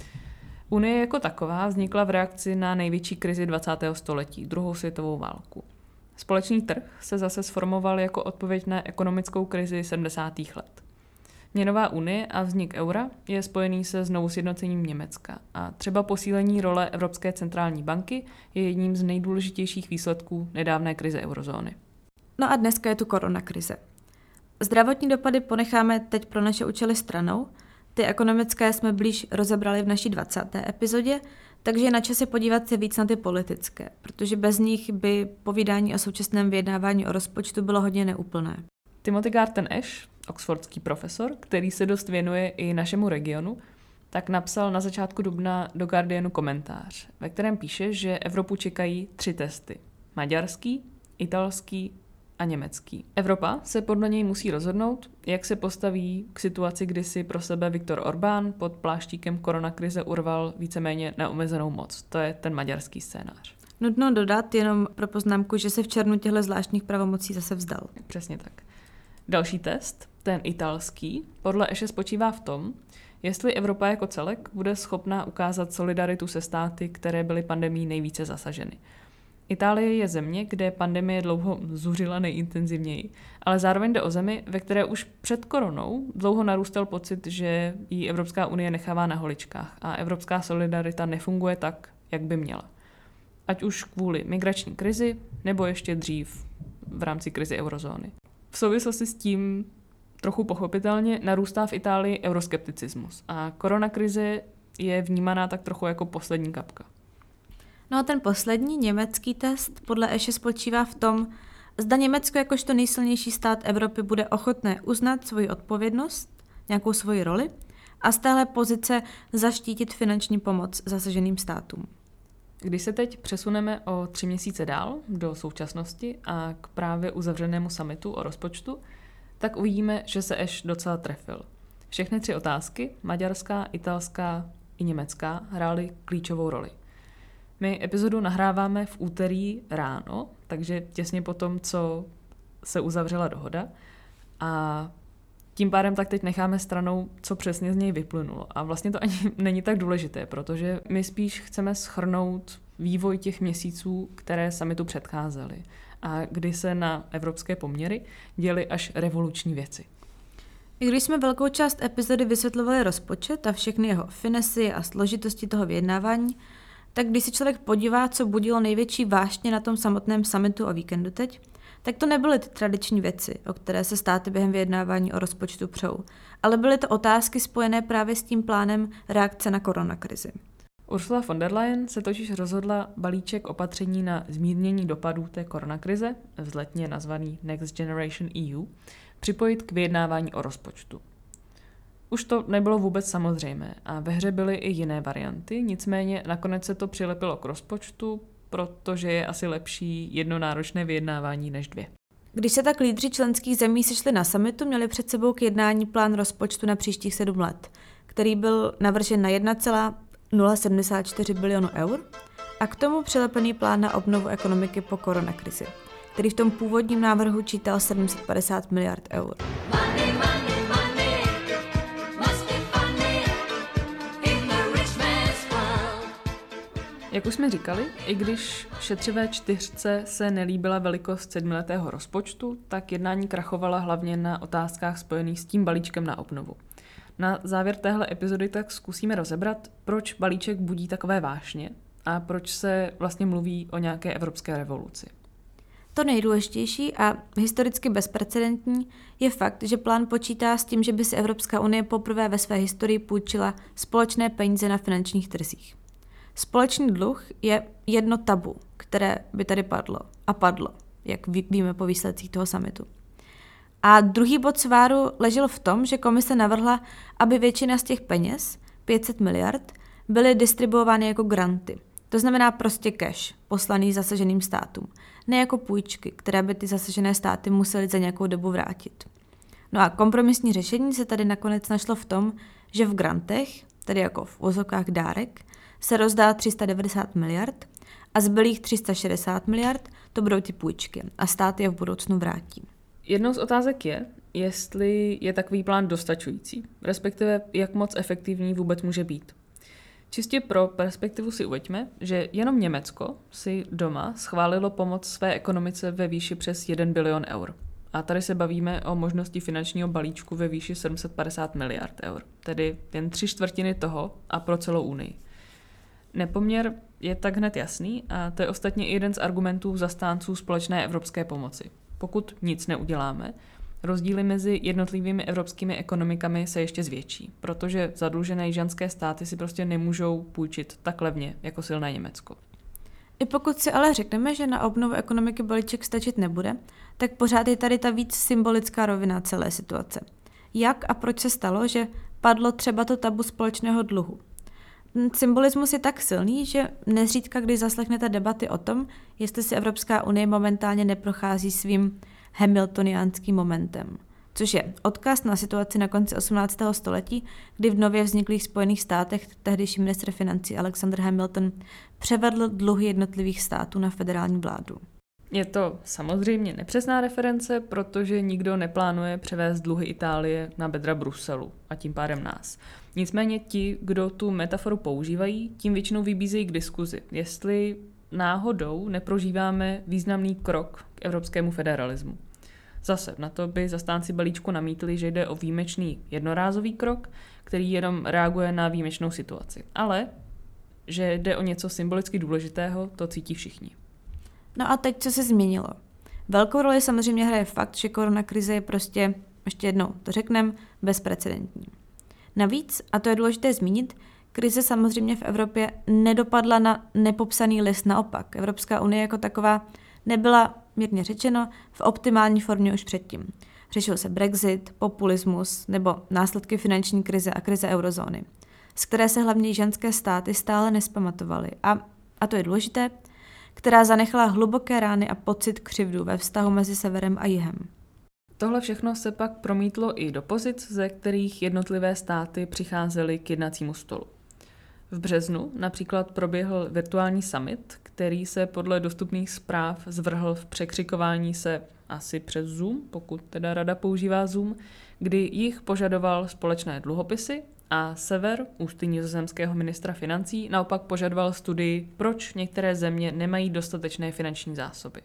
Unie jako taková vznikla v reakci na největší krizi 20. století, druhou světovou válku. Společný trh se zase sformoval jako odpověď na ekonomickou krizi 70. let. Měnová unie a vznik eura je spojený se znovu sjednocením Německa a třeba posílení role Evropské centrální banky je jedním z nejdůležitějších výsledků nedávné krize eurozóny. No a dneska je tu koronakrize. Zdravotní dopady ponecháme teď pro naše účely stranou, ty ekonomické jsme blíž rozebrali v naší 20. epizodě, takže je na čase podívat se víc na ty politické, protože bez nich by povídání o současném vyjednávání o rozpočtu bylo hodně neúplné. Timothy Garton Ash, oxfordský profesor, který se dost věnuje i našemu regionu, tak napsal na začátku dubna do Guardianu komentář, ve kterém píše, že Evropu čekají 3 testy. Maďarský, italský a německý. Evropa se podle něj musí rozhodnout, jak se postaví k situaci, kdy si pro sebe Viktor Orbán pod pláštíkem koronakrize urval víceméně neomezenou moc. To je ten maďarský scénář. Nutno dodat jenom pro poznámku, že se v červnu těchto zvláštních pravomocí zase vzdal. Přesně tak. Další test, ten italský, podle Ashe spočívá v tom, jestli Evropa jako celek bude schopná ukázat solidaritu se státy, které byly pandemií nejvíce zasaženy. Itálie je země, kde pandemie dlouho zuřila nejintenzivněji, ale zároveň jde o zemi, ve které už před koronou dlouho narůstal pocit, že jí Evropská unie nechává na holičkách a evropská solidarita nefunguje tak, jak by měla. Ať už kvůli migrační krizi, nebo ještě dřív v rámci krizi eurozóny. V souvislosti s tím trochu pochopitelně narůstá v Itálii euroskepticismus a koronakrize je vnímaná tak trochu jako poslední kapka. No a ten poslední německý test podle Ashe spočívá v tom, zda Německo jakožto nejsilnější stát Evropy bude ochotné uznat svoji odpovědnost, nějakou svoji roli a z téhle pozice zaštítit finanční pomoc zasaženým státům. Když se teď přesuneme o 3 měsíce dál do současnosti a k právě uzavřenému summitu o rozpočtu, tak uvidíme, že se Ashe docela trefil. Všechny 3 otázky, maďarská, italská i německá, hrály klíčovou roli. My epizodu nahráváme v úterý ráno, takže těsně po tom, co se uzavřela dohoda. A tím pádem tak teď necháme stranou, co přesně z něj vyplynulo. A vlastně to ani není tak důležité, protože my spíš chceme shrnout vývoj těch měsíců, které summitu předcházely a kdy se na evropské poměry děly až revoluční věci. I když jsme velkou část epizody vysvětlovali rozpočet a všechny jeho finesy a složitosti toho vyjednávání, tak když se člověk podívá, co budilo největší vášně na tom samotném summitu o víkendu teď, tak to nebyly ty tradiční věci, o které se státy během vyjednávání o rozpočtu přou, ale byly to otázky spojené právě s tím plánem reakce na koronakrizi. Ursula von der Leyen se totiž rozhodla balíček opatření na zmírnění dopadů té koronakrize, vzletně nazvaný Next Generation EU, připojit k vyjednávání o rozpočtu. Už to nebylo vůbec samozřejmé a ve hře byly i jiné varianty, nicméně nakonec se to přilepilo k rozpočtu, protože je asi lepší jedno náročné vyjednávání než dvě. Když se tak lídři členských zemí sešli na summitu, měli před sebou k jednání plán rozpočtu na příštích 7 let, který byl navržen na 1,074 bilionu eur a k tomu přilepený plán na obnovu ekonomiky po koronakrizi, který v tom původním návrhu čítal 750 miliard eur. Jak už jsme říkali, i když šetřivé čtyřce se nelíbila velikost 7letého rozpočtu, tak jednání krachovala hlavně na otázkách spojených s tím balíčkem na obnovu. Na závěr téhle epizody tak zkusíme rozebrat, proč balíček budí takové vášně a proč se vlastně mluví o nějaké evropské revoluci. To nejdůležitější a historicky bezprecedentní je fakt, že plán počítá s tím, že by si Evropská unie poprvé ve své historii půjčila společné peníze na finančních trzích. Společný dluh je jedno tabu, které by tady padlo, jak víme po výsledcích toho summitu. A druhý bod sváru ležel v tom, že komise navrhla, aby většina z těch peněz, 500 miliard, byly distribuovány jako granty. To znamená prostě cash, poslaný zasaženým státům, ne jako půjčky, které by ty zasažené státy musely za nějakou dobu vrátit. No a kompromisní řešení se tady nakonec našlo v tom, že v grantech, tedy jako v uvozovkách dárek, se rozdá 390 miliard a zbylých 360 miliard to budou ty půjčky a stát je v budoucnu vrátí. Jednou z otázek je, jestli je takový plán dostačující, respektive jak moc efektivní vůbec může být. Čistě pro perspektivu si uveďme, že jenom Německo si doma schválilo pomoc své ekonomice ve výši přes 1 bilion eur. A tady se bavíme o možnosti finančního balíčku ve výši 750 miliard eur, tedy jen 3/4 toho a pro celou Unii. Nepoměr je tak hned jasný a to je ostatně i jeden z argumentů zastánců společné evropské pomoci. Pokud nic neuděláme, rozdíly mezi jednotlivými evropskými ekonomikami se ještě zvětší, protože zadlužené jižanské státy si prostě nemůžou půjčit tak levně jako silné Německo. I pokud si ale řekneme, že na obnovu ekonomiky balíček stačit nebude, tak pořád je tady ta víc symbolická rovina celé situace. Jak a proč se stalo, že padlo třeba to tabu společného dluhu? Symbolismus je tak silný, že nezřídka, když zaslechnete debaty o tom, jestli si Evropská unie momentálně neprochází svým hamiltoniánským momentem, což je odkaz na situaci na konci 18. století, kdy v nově vzniklých Spojených státech tehdejší ministr financí Alexander Hamilton převedl dluhy jednotlivých států na federální vládu. Je to samozřejmě nepřesná reference, protože nikdo neplánuje převést dluhy Itálie na bedra Bruselu a tím pádem nás. Nicméně ti, kdo tu metaforu používají, tím většinou vybízejí k diskuzi, jestli náhodou neprožíváme významný krok k evropskému federalismu. Zase na to by zastánci balíčku namítli, že jde o výjimečný jednorázový krok, který jenom reaguje na výjimečnou situaci. Ale že jde o něco symbolicky důležitého, to cítí všichni. No a teď, co se změnilo? Velkou roli samozřejmě hraje fakt, že koronakrize je prostě, ještě jednou to řekneme, bezprecedentní. Navíc, a to je důležité zmínit, krize samozřejmě v Evropě nedopadla na nepopsaný list, naopak. Evropská unie jako taková nebyla, mírně řečeno, v optimální formě už předtím. Řešil se Brexit, populismus nebo následky finanční krize a krize eurozóny, z které se hlavně jižanské státy stále nespamatovaly. A to je důležité, která zanechala hluboké rány a pocit křivdu ve vztahu mezi severem a jihem. Tohle všechno se pak promítlo i do pozic, ze kterých jednotlivé státy přicházely k jednacímu stolu. V březnu například proběhl virtuální summit, který se podle dostupných zpráv zvrhl v překřikování se asi přes Zoom, pokud teda rada používá Zoom, kdy jich požadoval společné dluhopisy a sever, ústy nizozemského ministra financí, naopak požadoval studii, proč některé země nemají dostatečné finanční zásoby.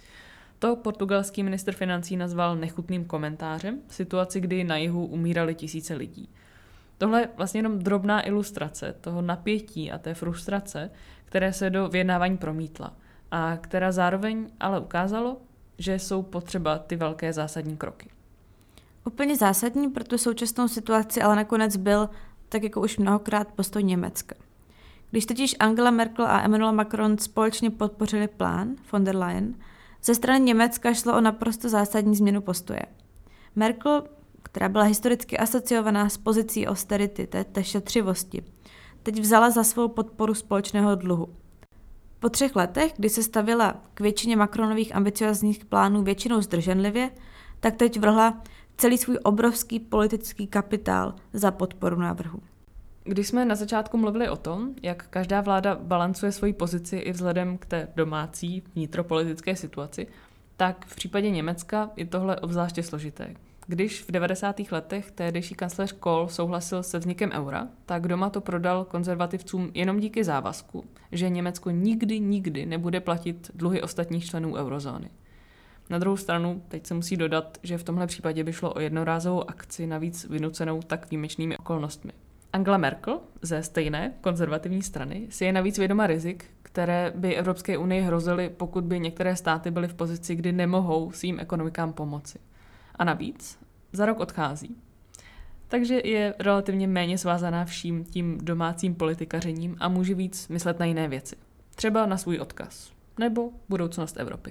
To portugalský ministr financí nazval nechutným komentářem v situaci, kdy na jihu umírali tisíce lidí. Tohle je vlastně jenom drobná ilustrace toho napětí a té frustrace, které se do vyjednávání promítla a která zároveň ale ukázalo, že jsou potřeba ty velké zásadní kroky. Úplně zásadní pro tu současnou situaci ale nakonec byl, tak jako už mnohokrát, postoj Německa, Když totiž Angela Merkel a Emmanuel Macron společně podpořili plán von der Leyen, ze strany Německa šlo o naprosto zásadní změnu postoje. Merkel, která byla historicky asociovaná s pozicí austerity, té šetřivosti, teď vzala za svou podporu společného dluhu. Po 3 letech, kdy se stavěla k většině Macronových ambiciozních plánů většinou zdrženlivě, tak teď vrhla celý svůj obrovský politický kapitál za podporu návrhu. Když jsme na začátku mluvili o tom, jak každá vláda balancuje svoji pozici i vzhledem k té domácí vnitropolitické situaci, tak v případě Německa je tohle obzvláště složité. Když v 90. letech tehdejší kancléř Kohl souhlasil se vznikem eura, tak doma to prodal konzervativcům jenom díky závazku, že Německo nikdy nebude platit dluhy ostatních členů eurozóny. Na druhou stranu, teď se musí dodat, že v tomhle případě by šlo o jednorázovou akci, navíc vynucenou tak výjimečnými okolnostmi. Angela Merkel ze stejné konzervativní strany si je navíc vědoma rizik, které by Evropské unii hrozily, pokud by některé státy byly v pozici, kdy nemohou svým ekonomikám pomoci. A navíc za rok odchází. Takže je relativně méně svázaná vším tím domácím politikařením a může víc myslet na jiné věci. Třeba na svůj odkaz. Nebo budoucnost Evropy.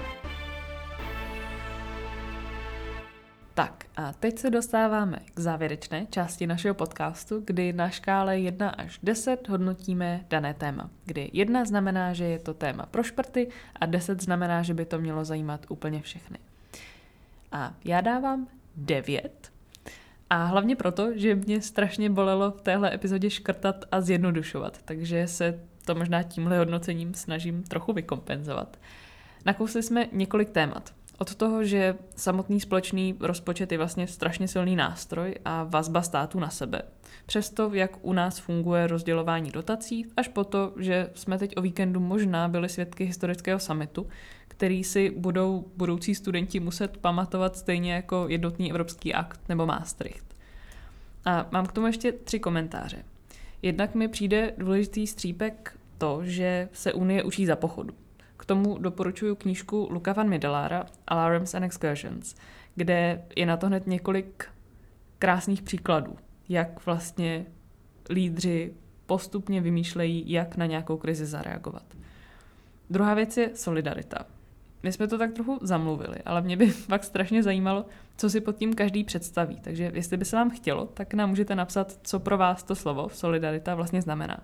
Tak a teď se dostáváme k závěrečné části našeho podcastu, kdy na škále 1 až 10 hodnotíme dané téma. Kdy 1 znamená, že je to téma pro šprty a 10 znamená, že by to mělo zajímat úplně všechny. A já dávám 9. A hlavně proto, že mě strašně bolelo v téhle epizodě škrtat a zjednodušovat, takže se to možná tímhle hodnocením snažím trochu vykompenzovat. Nakousli jsme několik témat. Od toho, že samotný společný rozpočet je vlastně strašně silný nástroj a vazba států na sebe. Přesto, jak u nás funguje rozdělování dotací, až po to, že jsme teď o víkendu možná byli svědky historického summitu, který si budou budoucí studenti muset pamatovat stejně jako jednotný evropský akt nebo Maastricht. A mám k tomu ještě 3 komentáře. Jednak mi přijde důležitý střípek to, že se Unie učí za pochodu. K tomu doporučuji knížku Luca van Middelára Alarms and Excursions, kde je na to hned několik krásných příkladů, jak vlastně lídři postupně vymýšlejí, jak na nějakou krizi zareagovat. Druhá věc je solidarita. My jsme to tak trochu zamluvili, ale mě by fakt strašně zajímalo, co si pod tím každý představí. Takže jestli by se vám chtělo, tak nám můžete napsat, co pro vás to slovo solidarita vlastně znamená.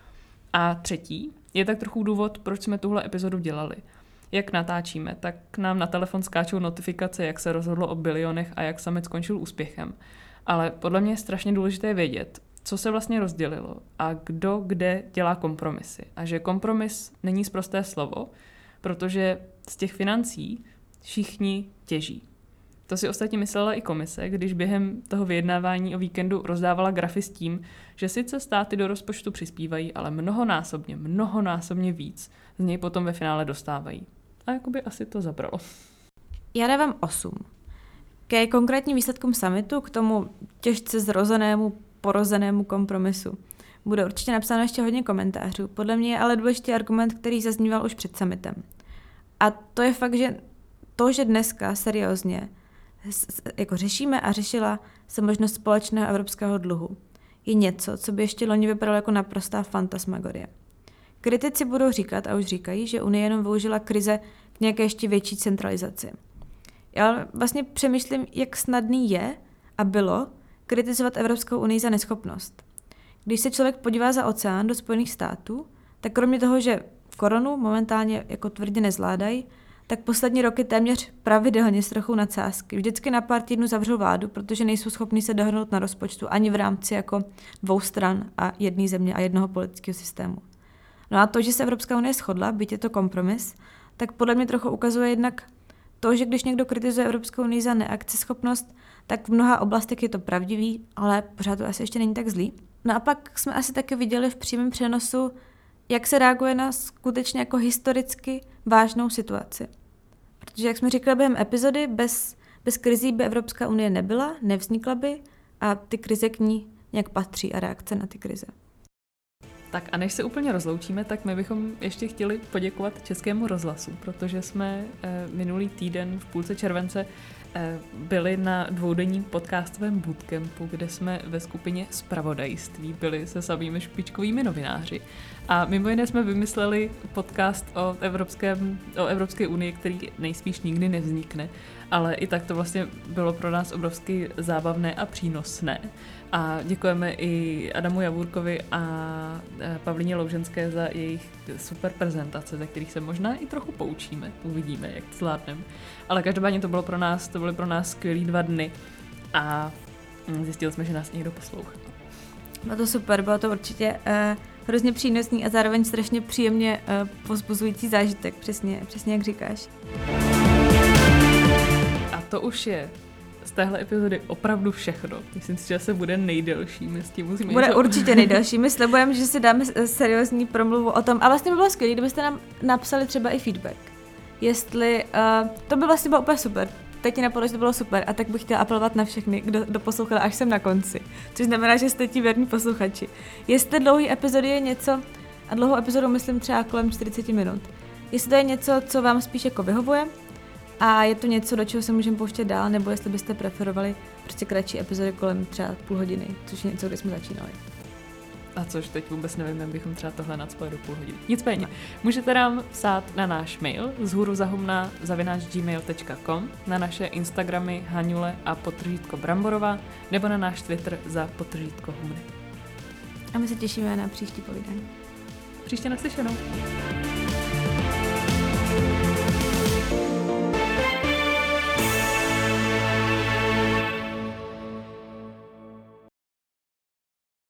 A 3. je tak trochu důvod, proč jsme tuhle epizodu dělali. Jak natáčíme, tak nám na telefon skáčou notifikace, jak se rozhodlo o bilionech a jak summit skončil úspěchem. Ale podle mě je strašně důležité vědět, co se vlastně rozdělilo a kdo kde dělá kompromisy. A že kompromis není sprosté slovo, protože z těch financí všichni těží. To si ostatně myslela i komise, když během toho vyjednávání o víkendu rozdávala grafy s tím, že sice státy do rozpočtu přispívají, ale mnohonásobně víc z něj potom ve finále dostávají. A jakoby asi to zabralo. Já dávám 8. Ke konkrétním výsledkům summitu, k tomu těžce porozenému kompromisu, bude určitě napsáno ještě hodně komentářů. Podle mě je ale důležitý argument, který zazníval už před summitem. A to je fakt, že to, že dneska seriózně jako řešíme a řešila se možnost společného evropského dluhu, je něco, co by ještě loni vypadalo jako naprostá fantasmagorie. Kritici budou říkat a už říkají, že Unie jenom využila krize k nějaké ještě větší centralizaci. Já vlastně přemýšlím, jak snadný je a bylo kritizovat Evropskou unii za neschopnost. Když se člověk podívá za oceán do Spojených států, tak kromě toho, že koronu momentálně jako tvrdě nezvládají, tak poslední roky téměř pravidelně s trochou nadsázky. Vždycky na pár týdnů zavřou vládu, protože nejsou schopni se dohodnout na rozpočtu ani v rámci jako 2 stran a jedné země a jednoho politického systému. No a to, že se Evropská unie shodla, byť je to kompromis, tak podle mě trochu ukazuje jednak to, že když někdo kritizuje Evropskou unii za neakceschopnost, tak v mnoha oblastech je to pravdivý, ale pořád to asi ještě není tak zlý. No a pak jsme asi taky viděli v přímém přenosu, jak se reaguje na skutečně jako historicky vážnou situaci. Protože, jak jsme říkali během epizody, bez krizí by Evropská unie nebyla, nevznikla by a ty krize k ní nějak patří a reakce na ty krize. Tak a než se úplně rozloučíme, tak my bychom ještě chtěli poděkovat Českému rozhlasu, protože jsme minulý týden v půlce července byli na dvoudenním podcastovém bootcampu, kde jsme ve skupině zpravodajství byli se samými špičkovými novináři. A mimo jiné jsme vymysleli podcast o Evropské unii, který nejspíš nikdy nevznikne, ale i tak to vlastně bylo pro nás obrovsky zábavné a přínosné. A děkujeme i Adamu Javůrkovi a Pavlíně Louženské za jejich super prezentace, ze kterých se možná i trochu poučíme. Uvidíme, jak to zvládneme. Ale každopádně to byly pro nás skvělý 2 dny a zjistili jsme, že nás někdo poslouchá. Bylo to super, bylo to určitě hrozně přínosný a zároveň strašně příjemně povzbuzující zážitek, přesně jak říkáš. A to už je z téhle epizody opravdu všechno. Myslím si, že se bude nejdelší. My s tím musíme bude určitě nejdelší. My slibujeme, že si dáme seriózní promluvu o tom. A vlastně by bylo skvělé, kdybyste nám napsali třeba i feedback. Jestli, to by vlastně bylo úplně super. Teď ti napadlo, že to bylo super a tak bych chtěla apelovat na všechny, kdo poslouchal až sem na konci. Což znamená, že jste ti věrní posluchači. Jestli dlouhý epizody je něco, a dlouhou epizodu myslím třeba kolem 40 minut, jestli to je něco, co vám spíš jako vyhovuje, a je to něco, do čeho se můžeme pouštět dál, nebo jestli byste preferovali prostě kratší epizody kolem třeba půl hodiny, což je něco, kde jsme začínali. A což teď vůbec nevím, jak bychom třeba tohle nadspali do půl hodiny. Nicméně, můžete nám psát na náš mail zhuruzahumna@gmail.com, na naše Instagramy Haňule a _Bramborová, nebo na náš Twitter za _Humny. A my se těšíme na příští povídání. Příště naslyšenou.